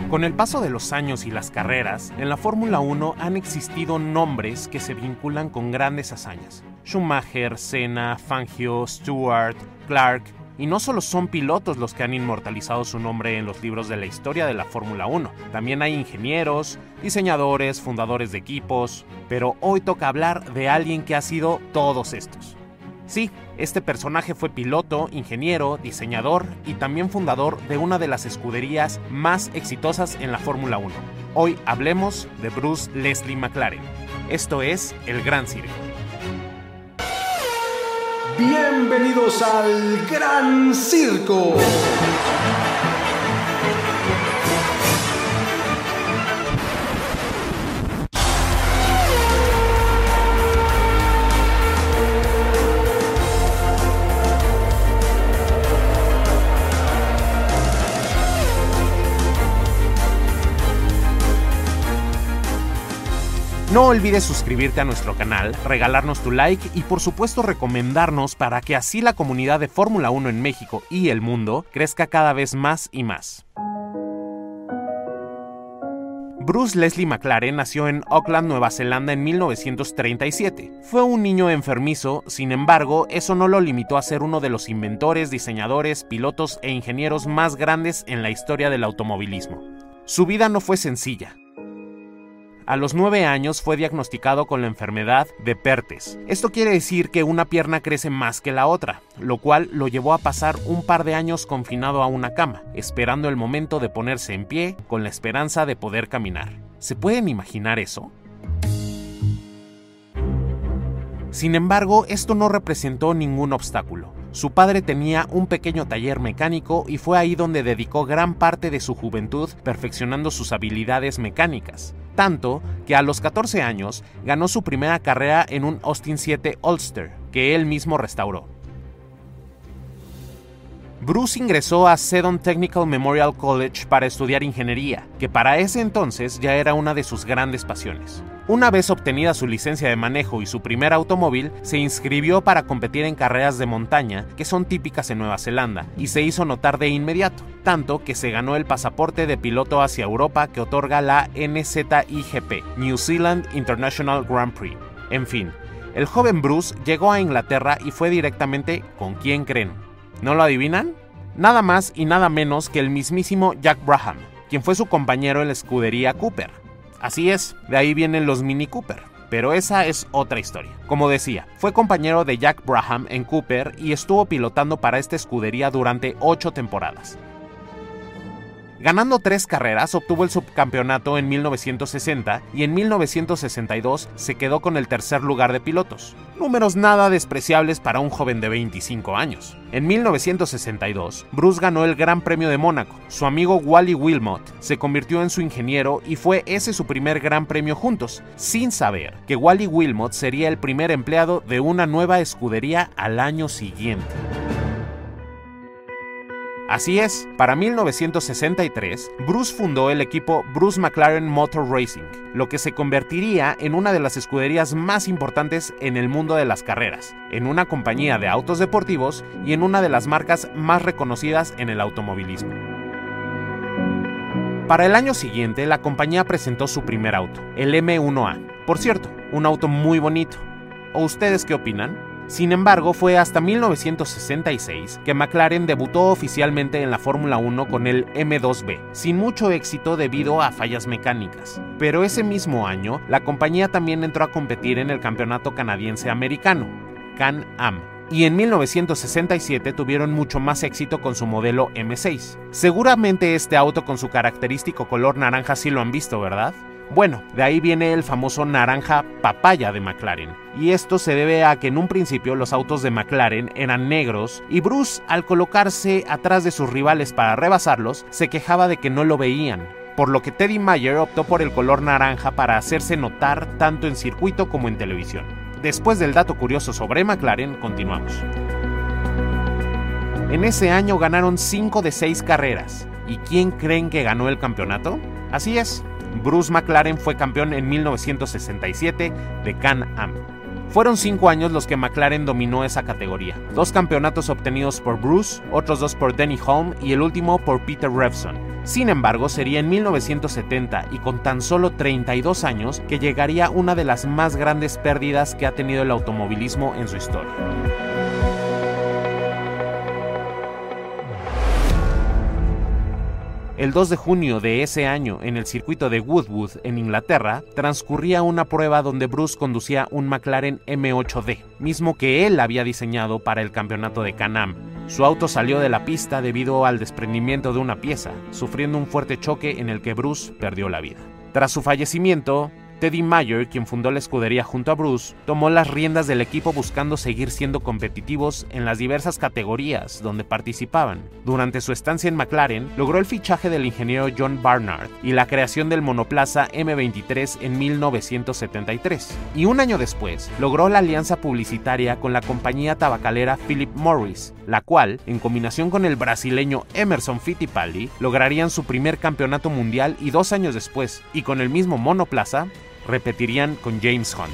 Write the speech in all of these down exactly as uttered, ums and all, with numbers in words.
Con el paso de los años y las carreras, en la Fórmula uno han existido nombres que se vinculan con grandes hazañas. Schumacher, Senna, Fangio, Stewart, Clark, y no solo son pilotos los que han inmortalizado su nombre en los libros de la historia de la Fórmula uno, también hay ingenieros, diseñadores, fundadores de equipos, pero hoy toca hablar de alguien que ha sido todos estos. Sí, este personaje fue piloto, ingeniero, diseñador y también fundador de una de las escuderías más exitosas en la Fórmula uno. Hoy hablemos de Bruce Leslie McLaren. Esto es El Gran Circo. Bienvenidos al Gran Circo. No olvides suscribirte a nuestro canal, regalarnos tu like y por supuesto recomendarnos para que así la comunidad de Fórmula uno en México y el mundo crezca cada vez más y más. Bruce Leslie McLaren nació en Auckland, Nueva Zelanda en mil novecientos treinta y siete. Fue un niño enfermizo, sin embargo, eso no lo limitó a ser uno de los inventores, diseñadores, pilotos e ingenieros más grandes en la historia del automovilismo. Su vida no fue sencilla. A los nueve años fue diagnosticado con la enfermedad de Perthes. Esto quiere decir que una pierna crece más que la otra, lo cual lo llevó a pasar un par de años confinado a una cama, esperando el momento de ponerse en pie con la esperanza de poder caminar. ¿Se pueden imaginar eso? Sin embargo, esto no representó ningún obstáculo. Su padre tenía un pequeño taller mecánico y fue ahí donde dedicó gran parte de su juventud perfeccionando sus habilidades mecánicas. Tanto que a los catorce años ganó su primera carrera en un Austin siete Ulster, que él mismo restauró. Bruce ingresó a Seddon Technical Memorial College para estudiar ingeniería, que para ese entonces ya era una de sus grandes pasiones. Una vez obtenida su licencia de manejo y su primer automóvil, se inscribió para competir en carreras de montaña, que son típicas en Nueva Zelanda, y se hizo notar de inmediato, tanto que se ganó el pasaporte de piloto hacia Europa que otorga la N Z I G P, New Zealand International Grand Prix. En fin, el joven Bruce llegó a Inglaterra y fue directamente ¿con quién creen? ¿No lo adivinan? Nada más y nada menos que el mismísimo Jack Brabham, quien fue su compañero en la escudería Cooper. Así es, de ahí vienen los Mini Cooper, pero esa es otra historia. Como decía, fue compañero de Jack Brabham en Cooper y estuvo pilotando para esta escudería durante ocho temporadas. Ganando tres carreras, obtuvo el subcampeonato en mil novecientos sesenta y en mil novecientos sesenta y dos se quedó con el tercer lugar de pilotos. Números nada despreciables para un joven de veinticinco años. En mil novecientos sesenta y dos, Bruce ganó el Gran Premio de Mónaco. Su amigo Wally Wilmot se convirtió en su ingeniero y fue ese su primer Gran Premio juntos, sin saber que Wally Wilmot sería el primer empleado de una nueva escudería al año siguiente. Así es, para mil novecientos sesenta y tres, Bruce fundó el equipo Bruce McLaren Motor Racing, lo que se convertiría en una de las escuderías más importantes en el mundo de las carreras, en una compañía de autos deportivos y en una de las marcas más reconocidas en el automovilismo. Para el año siguiente, la compañía presentó su primer auto, el M uno A. Por cierto, un auto muy bonito. ¿O ustedes qué opinan? Sin embargo, fue hasta mil novecientos sesenta y seis que McLaren debutó oficialmente en la Fórmula uno con el M dos B, sin mucho éxito debido a fallas mecánicas. Pero ese mismo año, la compañía también entró a competir en el campeonato canadiense-americano, Can-Am, y en mil novecientos sesenta y siete tuvieron mucho más éxito con su modelo M seis. Seguramente este auto con su característico color naranja sí lo han visto, ¿verdad? Bueno, de ahí viene el famoso naranja papaya de McLaren, y esto se debe a que en un principio los autos de McLaren eran negros y Bruce, al colocarse atrás de sus rivales para rebasarlos, se quejaba de que no lo veían, por lo que Teddy Mayer optó por el color naranja para hacerse notar tanto en circuito como en televisión. Después del dato curioso sobre McLaren, continuamos. En ese año ganaron cinco de seis carreras, ¿y quién creen que ganó el campeonato? Así es, Bruce McLaren fue campeón en mil novecientos sesenta y siete de Can-Am. Fueron cinco años los que McLaren dominó esa categoría. Dos campeonatos obtenidos por Bruce, otros dos por Denny Hulme y el último por Peter Revson. Sin embargo, sería en mil novecientos setenta y con tan solo treinta y dos años que llegaría una de las más grandes pérdidas que ha tenido el automovilismo en su historia. El dos de junio de ese año, en el circuito de Goodwood, en Inglaterra, transcurría una prueba donde Bruce conducía un McLaren M ocho D, mismo que él había diseñado para el campeonato de Can-Am. Su auto salió de la pista debido al desprendimiento de una pieza, sufriendo un fuerte choque en el que Bruce perdió la vida. Tras su fallecimiento, Teddy Mayer, quien fundó la escudería junto a Bruce, tomó las riendas del equipo buscando seguir siendo competitivos en las diversas categorías donde participaban. Durante su estancia en McLaren, logró el fichaje del ingeniero John Barnard y la creación del monoplaza M veintitrés en mil novecientos setenta y tres. Y un año después, logró la alianza publicitaria con la compañía tabacalera Philip Morris, la cual, en combinación con el brasileño Emerson Fittipaldi, lograrían su primer campeonato mundial y dos años después, y con el mismo monoplaza, repetirían con James Hunt.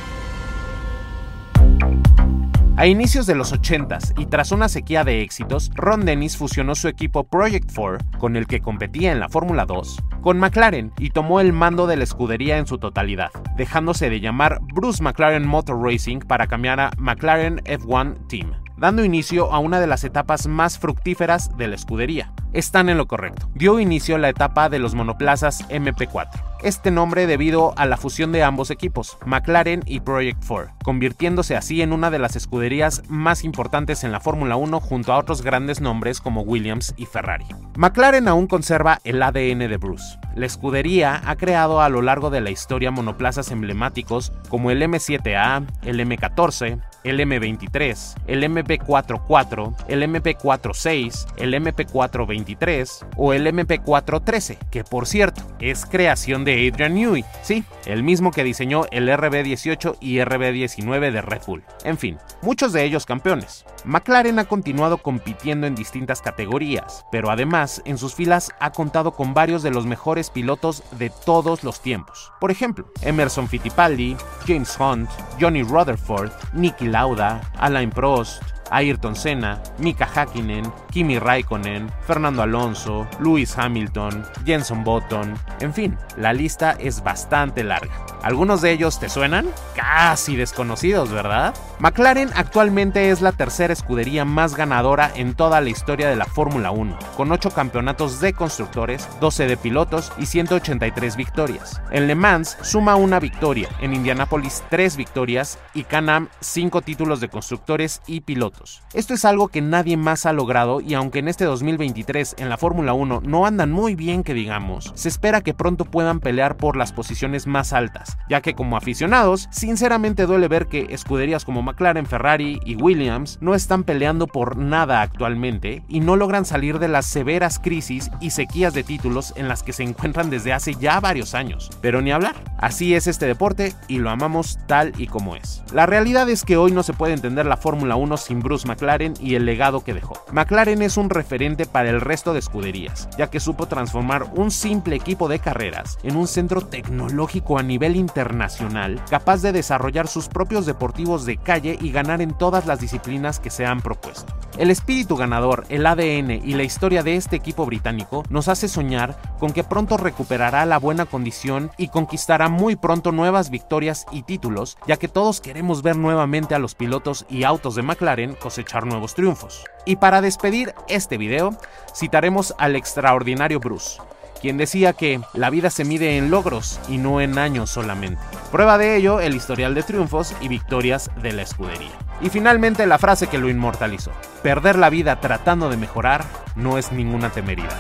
A inicios de los ochentas y tras una sequía de éxitos, Ron Dennis fusionó su equipo Project cuatro, con el que competía en la Fórmula dos, con McLaren y tomó el mando de la escudería en su totalidad, dejándose de llamar Bruce McLaren Motor Racing para cambiar a McLaren F uno Team, dando inicio a una de las etapas más fructíferas de la escudería. Están en lo correcto. Dio inicio la etapa de los monoplazas M P cuatro. Este nombre debido a la fusión de ambos equipos, McLaren y Project cuatro, convirtiéndose así en una de las escuderías más importantes en la Fórmula uno junto a otros grandes nombres como Williams y Ferrari. McLaren aún conserva el A D N de Bruce. La escudería ha creado a lo largo de la historia monoplazas emblemáticos como el M siete A, el M catorce, el M veintitrés, el M P cuatro cuatro, el M P cuatro seis, el M P cuatro veintitrés o el M P cuatro trece, que por cierto es creación de Adrian Newey, sí, el mismo que diseñó el R B dieciocho y R B diecinueve de Red Bull. En fin, muchos de ellos campeones. McLaren ha continuado compitiendo en distintas categorías, pero además en sus filas ha contado con varios de los mejores pilotos de todos los tiempos. Por ejemplo, Emerson Fittipaldi, James Hunt, Johnny Rutherford, Niki Lauda, Alain Prost, Ayrton Senna, Mika Häkkinen, Kimi Raikkonen, Fernando Alonso, Lewis Hamilton, Jenson Button, en fin, la lista es bastante larga. ¿Algunos de ellos te suenan? Casi desconocidos, ¿verdad? McLaren actualmente es la tercera escudería más ganadora en toda la historia de la Fórmula uno, con ocho campeonatos de constructores, doce de pilotos y ciento ochenta y tres victorias. En Le Mans suma una victoria, en Indianápolis tres victorias y Can-Am cinco títulos de constructores y pilotos. Esto es algo que nadie más ha logrado y aunque en este dos mil veintitrés en la Fórmula uno no andan muy bien que digamos, se espera que pronto puedan pelear por las posiciones más altas, ya que como aficionados, sinceramente duele ver que escuderías como McLaren, Ferrari y Williams no están peleando por nada actualmente y no logran salir de las severas crisis y sequías de títulos en las que se encuentran desde hace ya varios años. Pero ni hablar, así es este deporte y lo amamos tal y como es. La realidad es que hoy no se puede entender la Fórmula uno sin Bruce McLaren y el legado que dejó. McLaren es un referente para el resto de escuderías, ya que supo transformar un simple equipo de carreras en un centro tecnológico a nivel internacional, capaz de desarrollar sus propios deportivos de calle y ganar en todas las disciplinas que se han propuesto. El espíritu ganador, el A D N y la historia de este equipo británico nos hace soñar con que pronto recuperará la buena condición y conquistará muy pronto nuevas victorias y títulos, ya que todos queremos ver nuevamente a los pilotos y autos de McLaren cosechar nuevos triunfos. Y para despedir este video, citaremos al extraordinario Bruce, quien decía que la vida se mide en logros y no en años solamente. Prueba de ello el historial de triunfos y victorias de la escudería. Y finalmente la frase que lo inmortalizó: perder la vida tratando de mejorar no es ninguna temeridad.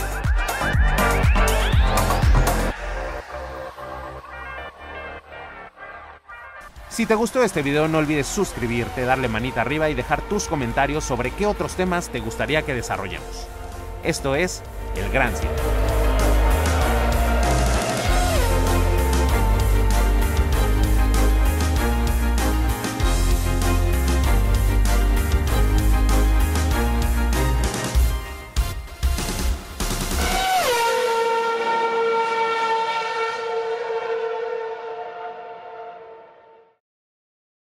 Si te gustó este video no olvides suscribirte, darle manita arriba y dejar tus comentarios sobre qué otros temas te gustaría que desarrollemos. Esto es El Gran Circo.